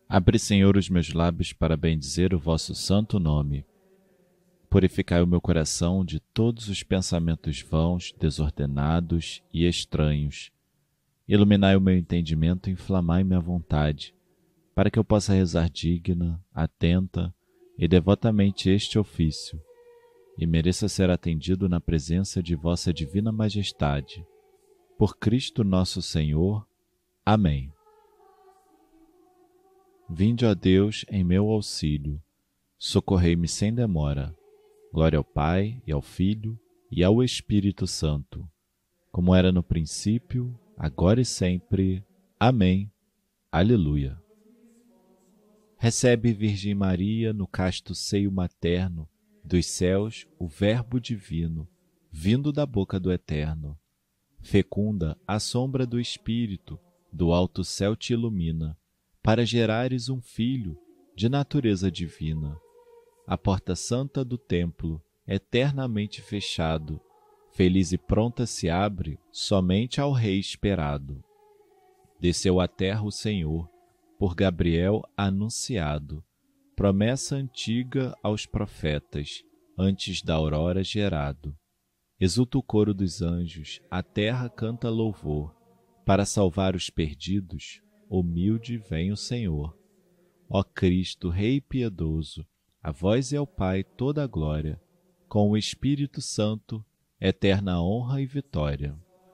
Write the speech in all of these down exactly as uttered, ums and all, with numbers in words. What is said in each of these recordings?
Abre, Senhor, os meus lábios para bendizer o vosso santo nome. Purificai o meu coração de todos os pensamentos vãos, desordenados e estranhos. Iluminai o meu entendimento e inflamai minha vontade, para que eu possa rezar digna, atenta e devotamente este ofício, e mereça ser atendido na presença de vossa divina majestade. Por Cristo nosso Senhor. Amém. Vinde, ó Deus, em meu auxílio, socorrei-me sem demora. Glória ao Pai, e ao Filho, e ao Espírito Santo, como era no princípio, agora e sempre. Amém. Aleluia. Recebe, Virgem Maria, no casto seio materno, dos céus o Verbo divino, vindo da boca do Eterno. Fecunda a sombra do Espírito, do alto céu te ilumina, para gerares um filho de natureza divina. A porta santa do templo, eternamente fechado, feliz e pronta se abre somente ao Rei esperado. Desceu à terra o Senhor, por Gabriel anunciado, promessa antiga aos profetas, antes da aurora gerado. Exulta o coro dos anjos, a terra canta louvor, para salvar os perdidos, humilde vem o Senhor. Ó Cristo, Rei piedoso, a vós e ao Pai toda a glória, com o Espírito Santo, eterna honra e vitória.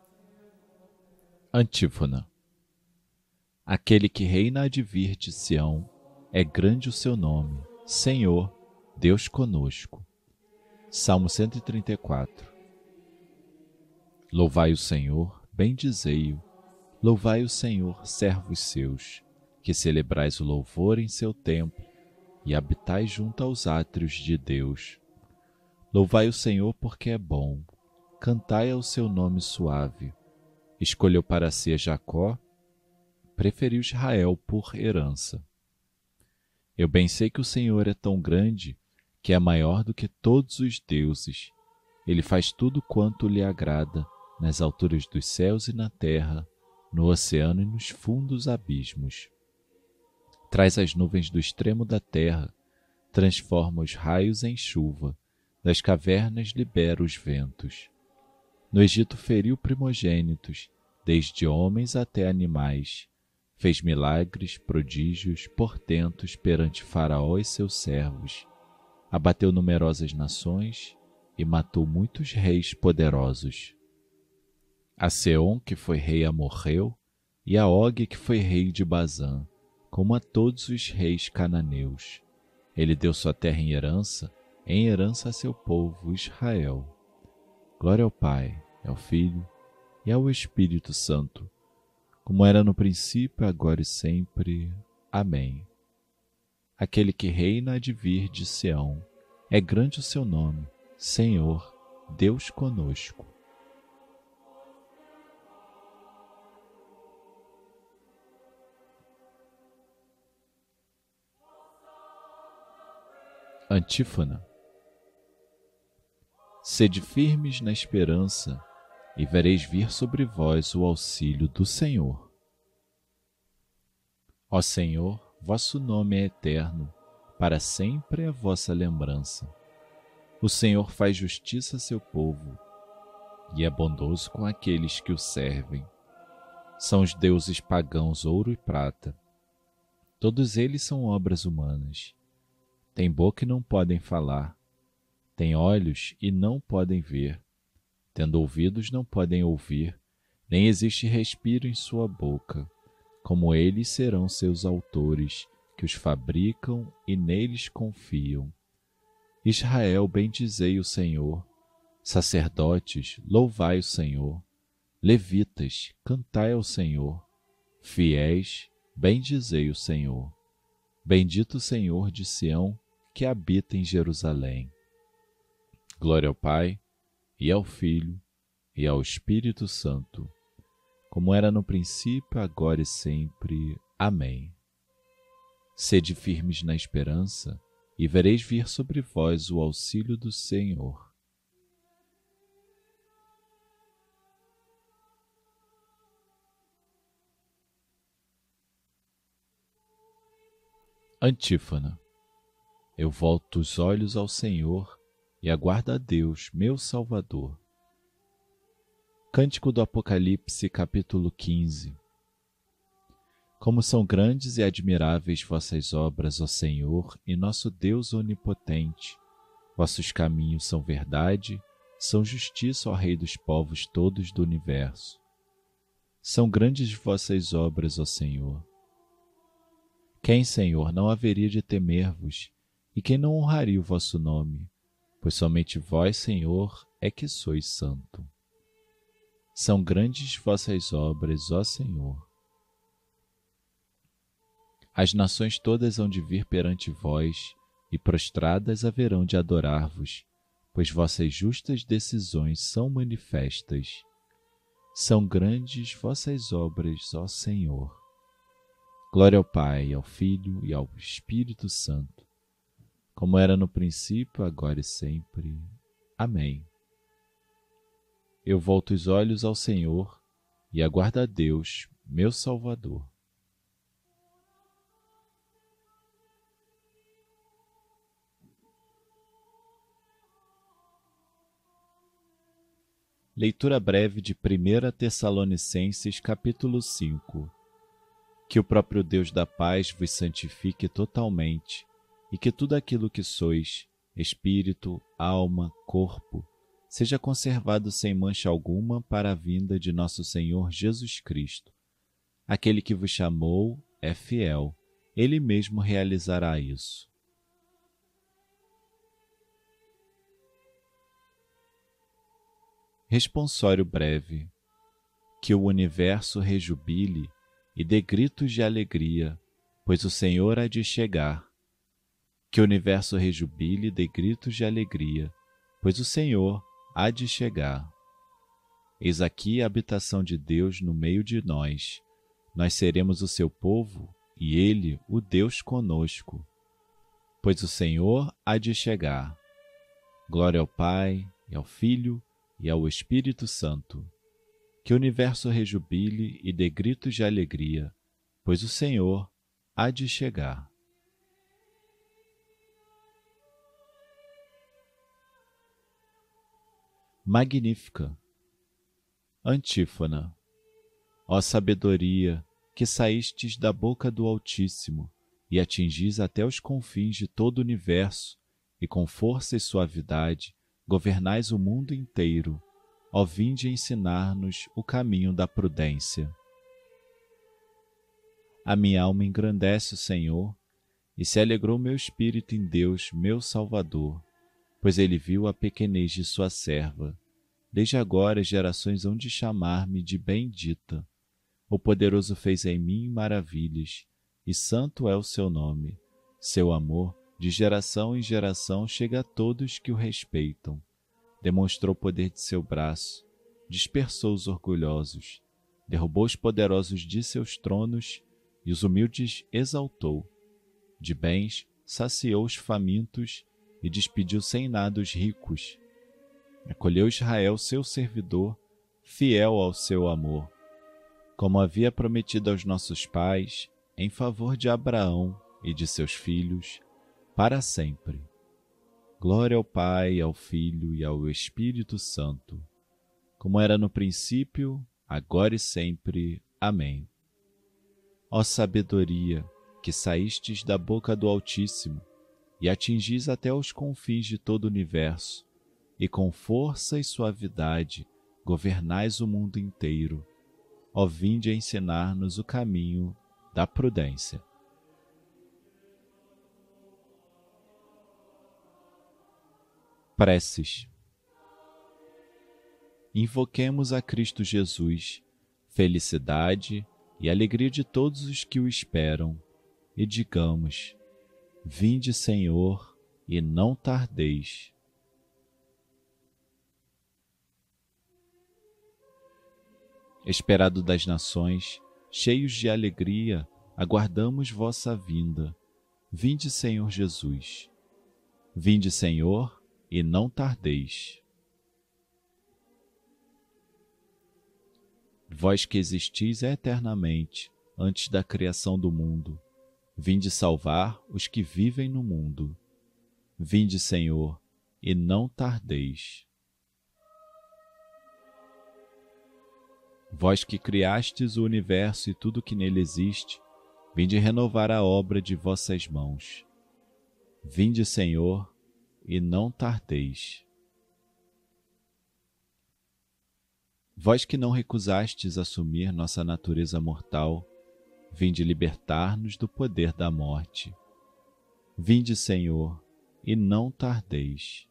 Antífona. Aquele que reina há de vir de Sião, é grande o seu nome, Senhor, Deus conosco. Salmo cento e trinta e quatro. Louvai o Senhor, bendizei-o, louvai o Senhor, servos seus, que celebrais o louvor em seu templo e habitai junto aos átrios de Deus. Louvai o Senhor porque é bom, cantai ao seu nome suave. Escolheu para si a Jacó, preferiu Israel por herança. Eu bem sei que o Senhor é tão grande, que é maior do que todos os deuses. Ele faz tudo quanto lhe agrada, nas alturas dos céus e na terra, no oceano e nos fundos abismos. Traz as nuvens do extremo da terra, transforma os raios em chuva, das cavernas libera os ventos. No Egito feriu primogênitos, desde homens até animais. Fez milagres, prodígios, portentos perante Faraó e seus servos. Abateu numerosas nações e matou muitos reis poderosos. A Seom, que foi rei amorreu, e a Og, que foi rei de Bazã, como a todos os reis cananeus. Ele deu sua terra em herança, em herança a seu povo, Israel. Glória ao Pai, ao Filho e ao Espírito Santo, como era no princípio, agora e sempre. Amém. Aquele que reina há de vir de Sião, é grande o seu nome, Senhor, Deus conosco. Antífona. Sede firmes na esperança, e vereis vir sobre vós o auxílio do Senhor. Ó Senhor, vosso nome é eterno, para sempre é a vossa lembrança. O Senhor faz justiça a seu povo, e é bondoso com aqueles que o servem. São os deuses pagãos ouro e prata. Todos eles são obras humanas. Têm boca e não podem falar. Têm olhos e não podem ver. Tendo ouvidos não podem ouvir, nem existe respiro em sua boca. Como eles serão seus autores, que os fabricam e neles confiam. Israel, bendizei o Senhor. Sacerdotes, louvai o Senhor. Levitas, cantai ao Senhor. Fiéis, bendizei o Senhor. Bendito o Senhor de Sião, que habita em Jerusalém. Glória ao Pai, e ao Filho, e ao Espírito Santo, como era no princípio, agora e sempre. Amém. Sede firmes na esperança, e vereis vir sobre vós o auxílio do Senhor. Antífona. Eu volto os olhos ao Senhor e aguardo a Deus, meu Salvador. Cântico do Apocalipse, capítulo quinze. Como são grandes e admiráveis vossas obras, ó Senhor, e nosso Deus onipotente. Vossos caminhos são verdade, são justiça, ó Rei dos povos todos do universo. São grandes vossas obras, ó Senhor. Quem, Senhor, não haveria de temer-vos, e quem não honraria o vosso nome? Pois somente vós, Senhor, é que sois santo. São grandes vossas obras, ó Senhor. As nações todas hão de vir perante vós, e prostradas haverão de adorar-vos, pois vossas justas decisões são manifestas. São grandes vossas obras, ó Senhor. Glória ao Pai, ao Filho e ao Espírito Santo, como era no princípio, agora e sempre. Amém. Eu volto os olhos ao Senhor e aguardo a Deus, meu Salvador. Leitura breve de primeira Tessalonicenses, capítulo cinco. Que o próprio Deus da paz vos santifique totalmente, e que tudo aquilo que sois, espírito, alma, corpo, seja conservado sem mancha alguma para a vinda de nosso Senhor Jesus Cristo. Aquele que vos chamou é fiel, ele mesmo realizará isso. Responsório breve. Que o universo rejubile e dê gritos de alegria, pois o Senhor há de chegar. Que o universo rejubile e dê gritos de alegria, pois o Senhor há de chegar. Eis aqui a habitação de Deus no meio de nós. Nós seremos o seu povo e ele, o Deus conosco. Pois o Senhor há de chegar. Glória ao Pai, e ao Filho, e ao Espírito Santo. Que o universo rejubile e dê gritos de alegria, pois o Senhor há de chegar. Magnífica. Antífona. Ó sabedoria, que saístes da boca do Altíssimo e atingis até os confins de todo o universo, e com força e suavidade governais o mundo inteiro, ó vinde ensinar-nos o caminho da prudência. A minha alma engrandece o Senhor, e se alegrou meu espírito em Deus, meu Salvador, pois ele viu a pequenez de sua serva. Desde agora as gerações hão de chamar-me de bendita. O poderoso fez em mim maravilhas, e santo é o seu nome. Seu amor, de geração em geração, chega a todos que o respeitam. Demonstrou o poder de seu braço, dispersou os orgulhosos, derrubou os poderosos de seus tronos e os humildes exaltou. De bens saciou os famintos e despediu sem nada os ricos. Acolheu Israel, seu servidor, fiel ao seu amor, como havia prometido aos nossos pais, em favor de Abraão e de seus filhos, para sempre. Glória ao Pai, ao Filho e ao Espírito Santo, como era no princípio, agora e sempre. Amém. Ó sabedoria, que saístes da boca do Altíssimo e atingis até os confins de todo o universo, e com força e suavidade governais o mundo inteiro, ó vinde ensinar-nos o caminho da prudência. Preces. Invoquemos a Cristo Jesus, felicidade e alegria de todos os que o esperam, e digamos: vinde, Senhor, e não tardeis. Esperado das nações, cheios de alegria, aguardamos vossa vinda. Vinde, Senhor Jesus. Vinde, Senhor, e não tardeis. Vós que existis eternamente, antes da criação do mundo, Vinde salvar os que vivem no mundo. Vinde, Senhor, e não tardeis. Vós que criastes o universo e tudo que nele existe, vinde renovar a obra de vossas mãos. Vinde, Senhor, e não tardeis. Vós que não recusastes assumir nossa natureza mortal, vinde libertar-nos do poder da morte. Vinde, Senhor, e não tardeis.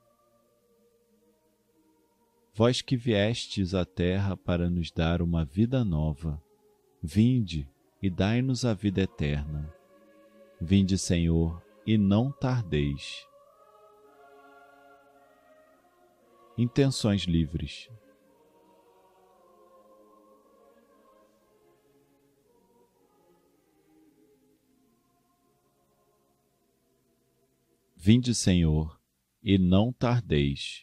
Vós que viestes à terra para nos dar uma vida nova, vinde e dai-nos a vida eterna. Vinde, Senhor, e não tardeis. Intenções livres. Vinde, Senhor, e não tardeis.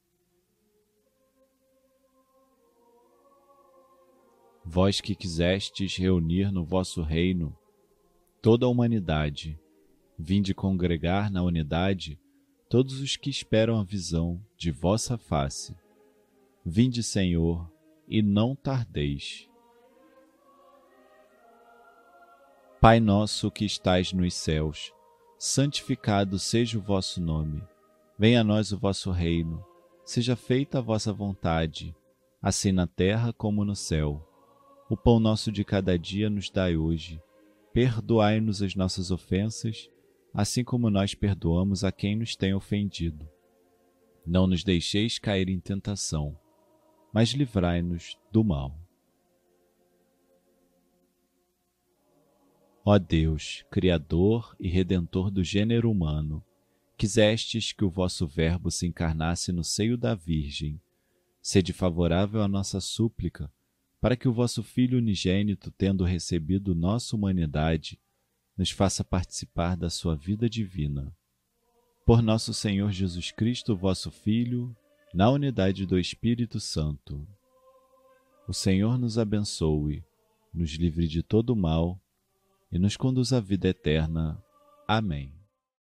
Vós que quisestes reunir no vosso reino toda a humanidade, vinde congregar na unidade todos os que esperam a visão de vossa face. Vinde, Senhor, e não tardeis. Pai nosso que estais nos céus, santificado seja o vosso nome. Venha a nós o vosso reino. Seja feita a vossa vontade, assim na terra como no céu. O pão nosso de cada dia nos dai hoje. Perdoai-nos as nossas ofensas, assim como nós perdoamos a quem nos tem ofendido. Não nos deixeis cair em tentação, mas livrai-nos do mal. Ó Deus, Criador e Redentor do gênero humano, quisestes que o vosso Verbo se encarnasse no seio da Virgem. Sede favorável à nossa súplica, para que o vosso Filho unigênito, tendo recebido nossa humanidade, nos faça participar da sua vida divina. Por nosso Senhor Jesus Cristo, vosso Filho, na unidade do Espírito Santo. O Senhor nos abençoe, nos livre de todo mal e nos conduz à vida eterna. Amém.